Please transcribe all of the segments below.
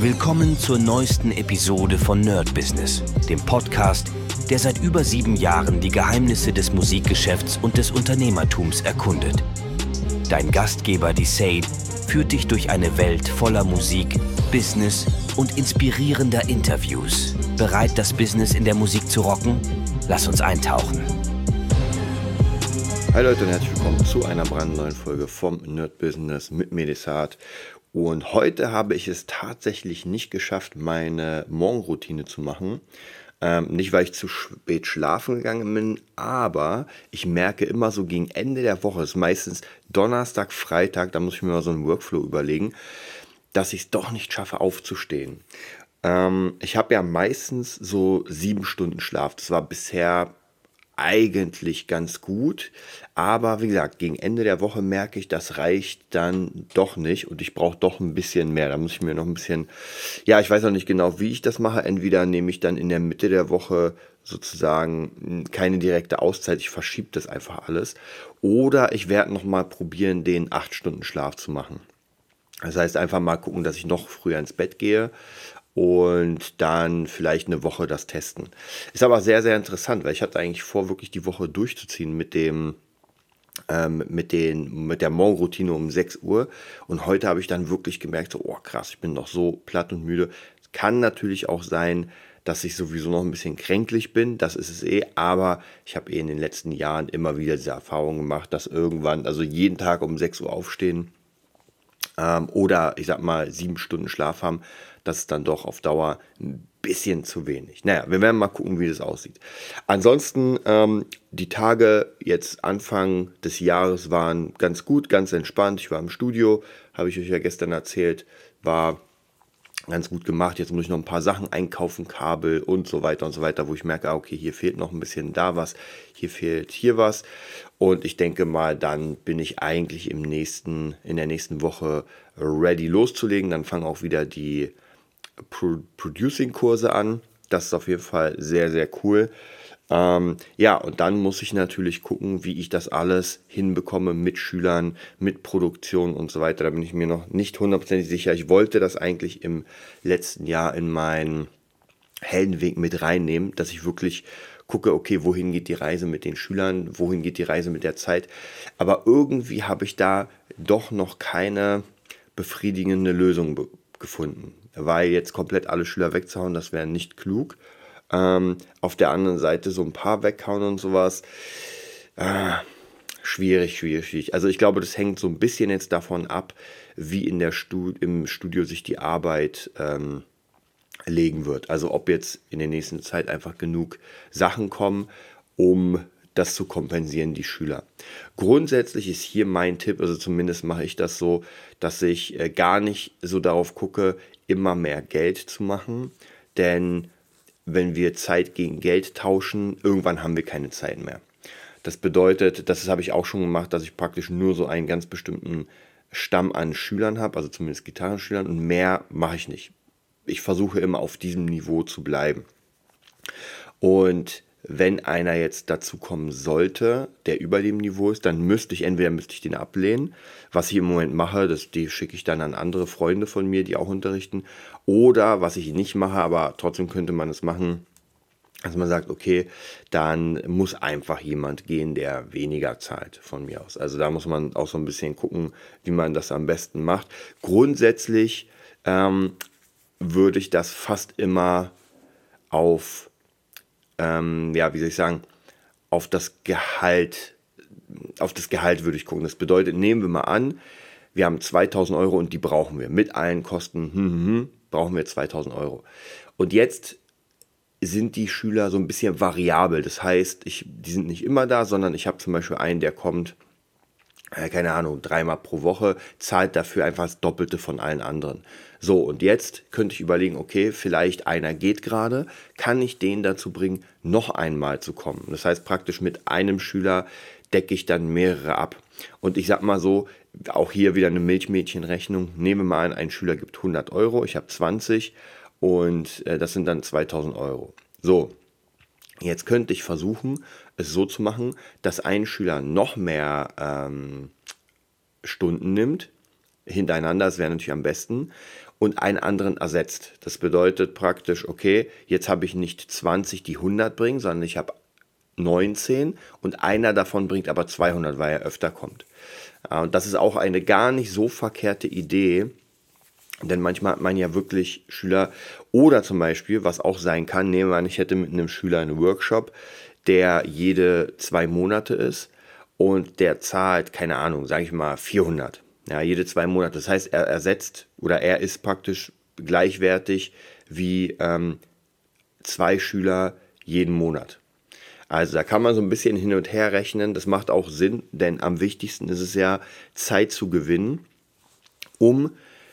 Willkommen zur neuesten Episode von Nerd Business, dem Podcast, der seit über 7 Jahren die Geheimnisse des Musikgeschäfts und des Unternehmertums erkundet. Dein Gastgeber Desaid führt dich durch eine Welt voller Musik, Business und inspirierender Interviews. Bereit, das Business in der Musik zu rocken? Lass uns eintauchen. Hi Leute und herzlich willkommen zu einer brandneuen Folge vom Nerd Business mit mir Desaid. Und heute habe ich es tatsächlich nicht geschafft, meine Morgenroutine zu machen. Nicht, weil ich zu spät schlafen gegangen bin, aber ich merke immer so gegen Ende der Woche, das ist meistens Donnerstag, Freitag, da muss ich mir mal so einen Workflow überlegen, dass ich es doch nicht schaffe aufzustehen. Ich habe ja meistens so 7 Stunden Schlaf. Das war bisher eigentlich ganz gut, aber wie gesagt, gegen Ende der Woche merke ich, das reicht dann doch nicht und ich brauche doch ein bisschen mehr. Da muss ich mir noch ein bisschen, ja, ich weiß noch nicht genau, wie ich das mache. Entweder nehme ich dann in der Mitte der Woche sozusagen keine direkte Auszeit, ich verschiebe das einfach alles, oder ich werde nochmal probieren, den 8 Stunden Schlaf zu machen. Das heißt, einfach mal gucken, dass ich noch früher ins Bett gehe und dann vielleicht eine Woche das testen. Ist aber sehr, sehr interessant, weil ich hatte eigentlich vor, wirklich die Woche durchzuziehen mit der Morgenroutine um 6 Uhr. Und heute habe ich dann wirklich gemerkt, so, oh krass, ich bin noch so platt und müde. Es kann natürlich auch sein, dass ich sowieso noch ein bisschen kränklich bin, das ist es aber ich habe in den letzten Jahren immer wieder diese Erfahrung gemacht, dass irgendwann, also jeden Tag um 6 Uhr aufstehen, oder ich sag mal 7 Stunden Schlaf haben, das ist dann doch auf Dauer ein bisschen zu wenig. Naja, wir werden mal gucken, wie das aussieht. Ansonsten, die Tage jetzt Anfang des Jahres waren ganz gut, ganz entspannt. Ich war im Studio, habe ich euch ja gestern erzählt, war ganz gut gemacht. Jetzt muss ich noch ein paar Sachen einkaufen, Kabel und so weiter, wo ich merke, okay, hier fehlt noch ein bisschen da was, hier fehlt hier was. Und ich denke mal, dann bin ich eigentlich in der nächsten Woche ready loszulegen. Dann fangen auch wieder die Producing-Kurse an. Das ist auf jeden Fall sehr, sehr cool. Ja, und dann muss ich natürlich gucken, wie ich das alles hinbekomme mit Schülern, mit Produktion und so weiter. Da bin ich mir noch nicht hundertprozentig sicher. Ich wollte das eigentlich im letzten Jahr in meinen Heldenweg mit reinnehmen, dass ich wirklich gucke, okay, wohin geht die Reise mit den Schülern, wohin geht die Reise mit der Zeit. Aber irgendwie habe ich da doch noch keine befriedigende Lösung gefunden, weil jetzt komplett alle Schüler wegzuhauen, das wäre nicht klug. Auf der anderen Seite so ein paar weghauen und sowas. Schwierig. Also ich glaube, das hängt so ein bisschen jetzt davon ab, wie im Studio sich die Arbeit legen wird. Also ob jetzt in der nächsten Zeit einfach genug Sachen kommen, um das zu kompensieren, die Schüler. Grundsätzlich ist hier mein Tipp, also zumindest mache ich das so, dass ich gar nicht so darauf gucke, immer mehr Geld zu machen, denn wenn wir Zeit gegen Geld tauschen, irgendwann haben wir keine Zeit mehr. Das bedeutet, das habe ich auch schon gemacht, dass ich praktisch nur so einen ganz bestimmten Stamm an Schülern habe, also zumindest Gitarrenschülern, und mehr mache ich nicht. Ich versuche immer auf diesem Niveau zu bleiben. Und wenn einer jetzt dazu kommen sollte, der über dem Niveau ist, dann müsste ich den ablehnen. Was ich im Moment mache, die schicke ich dann an andere Freunde von mir, die auch unterrichten. Oder was ich nicht mache, aber trotzdem könnte man es machen, dass man sagt, okay, dann muss einfach jemand gehen, der weniger zahlt von mir aus. Also da muss man auch so ein bisschen gucken, wie man das am besten macht. Grundsätzlich würde ich das fast immer auf auf das Gehalt würde ich gucken. Das bedeutet, nehmen wir mal an, wir haben 2.000 Euro und die brauchen wir. Mit allen Kosten brauchen wir 2.000 Euro. Und jetzt sind die Schüler so ein bisschen variabel. Das heißt, die sind nicht immer da, sondern ich habe zum Beispiel einen, der kommt, keine Ahnung, 3-mal pro Woche, zahlt dafür einfach das Doppelte von allen anderen. So, und jetzt könnte ich überlegen, okay, vielleicht einer geht gerade, kann ich den dazu bringen, noch einmal zu kommen? Das heißt, praktisch mit einem Schüler decke ich dann mehrere ab. Und ich sag mal so, auch hier wieder eine Milchmädchenrechnung. Nehmen wir mal an, ein Schüler gibt 100 Euro, ich habe 20 und das sind dann 2.000 Euro. So, jetzt könnte ich versuchen, es so zu machen, dass ein Schüler noch mehr Stunden nimmt, hintereinander, das wäre natürlich am besten. und einen anderen ersetzt. Das bedeutet praktisch, okay, jetzt habe ich nicht 20, die 100 bringen, sondern ich habe 19 und einer davon bringt aber 200, weil er öfter kommt. Und das ist auch eine gar nicht so verkehrte Idee, denn manchmal hat man ja wirklich Schüler oder zum Beispiel, was auch sein kann, nehmen wir an, ich hätte mit einem Schüler einen Workshop, der jede 2 Monate ist und der zahlt, keine Ahnung, sage ich mal 400, ja, jede 2 Monate. Das heißt, er ersetzt oder er ist praktisch gleichwertig wie 2 Schüler jeden Monat. Also da kann man so ein bisschen hin und her rechnen, das macht auch Sinn, denn am wichtigsten ist es ja, Zeit zu gewinnen, um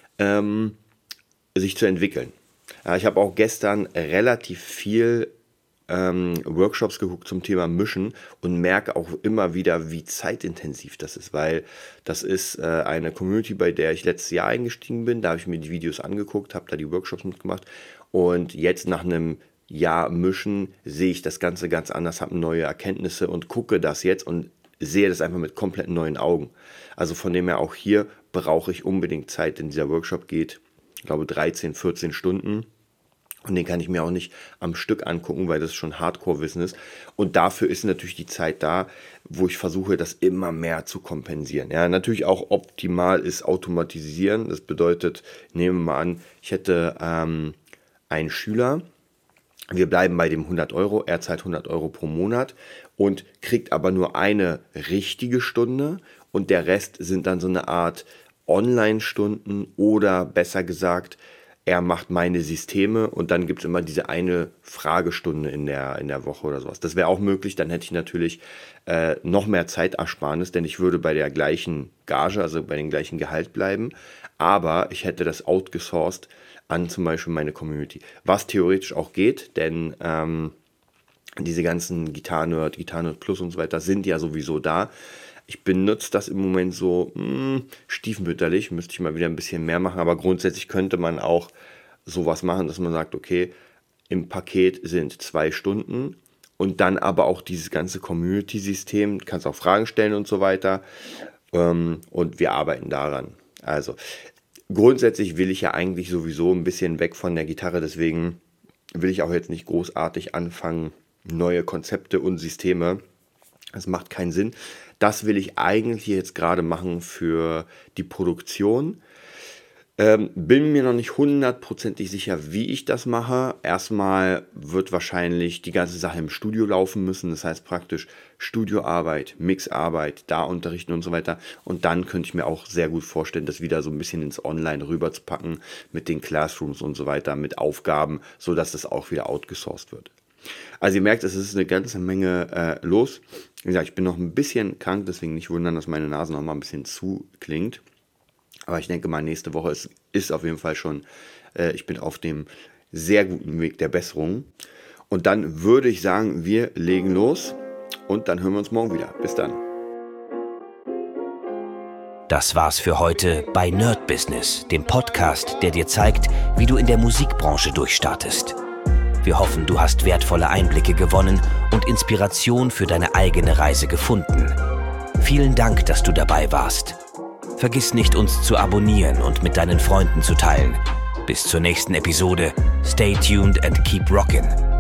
sich zu entwickeln. Ich habe auch gestern relativ viel Workshops geguckt zum Thema Mischen und merke auch immer wieder, wie zeitintensiv das ist, weil das ist eine Community, bei der ich letztes Jahr eingestiegen bin, da habe ich mir die Videos angeguckt, habe da die Workshops mitgemacht und jetzt nach einem Jahr Mischen sehe ich das Ganze ganz anders, habe neue Erkenntnisse und gucke das jetzt und sehe das einfach mit komplett neuen Augen. Also von dem her auch hier brauche ich unbedingt Zeit, denn dieser Workshop geht, ich glaube, 13, 14 Stunden. Und den kann ich mir auch nicht am Stück angucken, weil das schon Hardcore-Wissen ist. Und dafür ist natürlich die Zeit da, wo ich versuche, das immer mehr zu kompensieren. Ja, natürlich auch optimal ist automatisieren. Das bedeutet, nehmen wir mal an, ich hätte einen Schüler, wir bleiben bei dem 100 Euro, er zahlt 100 Euro pro Monat und kriegt aber nur eine richtige Stunde und der Rest sind dann so eine Art Online-Stunden oder besser gesagt, er macht meine Systeme und dann gibt es immer diese eine Fragestunde in der Woche oder sowas. Das wäre auch möglich, dann hätte ich natürlich noch mehr Zeitersparnis, denn ich würde bei der gleichen Gage, also bei dem gleichen Gehalt bleiben, aber ich hätte das outgesourced an zum Beispiel meine Community. Was theoretisch auch geht, denn diese ganzen Gitarrenerd Plus und so weiter sind ja sowieso da. Ich benutze das im Moment so stiefmütterlich, müsste ich mal wieder ein bisschen mehr machen, aber grundsätzlich könnte man auch sowas machen, dass man sagt, okay, im Paket sind 2 Stunden und dann aber auch dieses ganze Community-System, du kannst auch Fragen stellen und so weiter und wir arbeiten daran. Also grundsätzlich will ich ja eigentlich sowieso ein bisschen weg von der Gitarre, deswegen will ich auch jetzt nicht großartig anfangen, neue Konzepte und Systeme. Das macht keinen Sinn. Das will ich eigentlich jetzt gerade machen für die Produktion. Bin mir noch nicht 100% sicher, wie ich das mache. Erstmal wird wahrscheinlich die ganze Sache im Studio laufen müssen. Das heißt praktisch Studioarbeit, Mixarbeit, da unterrichten und so weiter. Und dann könnte ich mir auch sehr gut vorstellen, das wieder so ein bisschen ins Online rüber zu packen mit den Classrooms und so weiter, mit Aufgaben, sodass das auch wieder outgesourced wird. Also ihr merkt, es ist eine ganze Menge los. Wie gesagt, ich bin noch ein bisschen krank, deswegen nicht wundern, dass meine Nase noch mal ein bisschen zuklingt. Aber ich denke mal, nächste Woche ist auf jeden Fall schon, ich bin auf dem sehr guten Weg der Besserung. Und dann würde ich sagen, wir legen los und dann hören wir uns morgen wieder. Bis dann. Das war's für heute bei Nerd Business, dem Podcast, der dir zeigt, wie du in der Musikbranche durchstartest. Wir hoffen, du hast wertvolle Einblicke gewonnen und Inspiration für deine eigene Reise gefunden. Vielen Dank, dass du dabei warst. Vergiss nicht, uns zu abonnieren und mit deinen Freunden zu teilen. Bis zur nächsten Episode. Stay tuned and keep rockin'.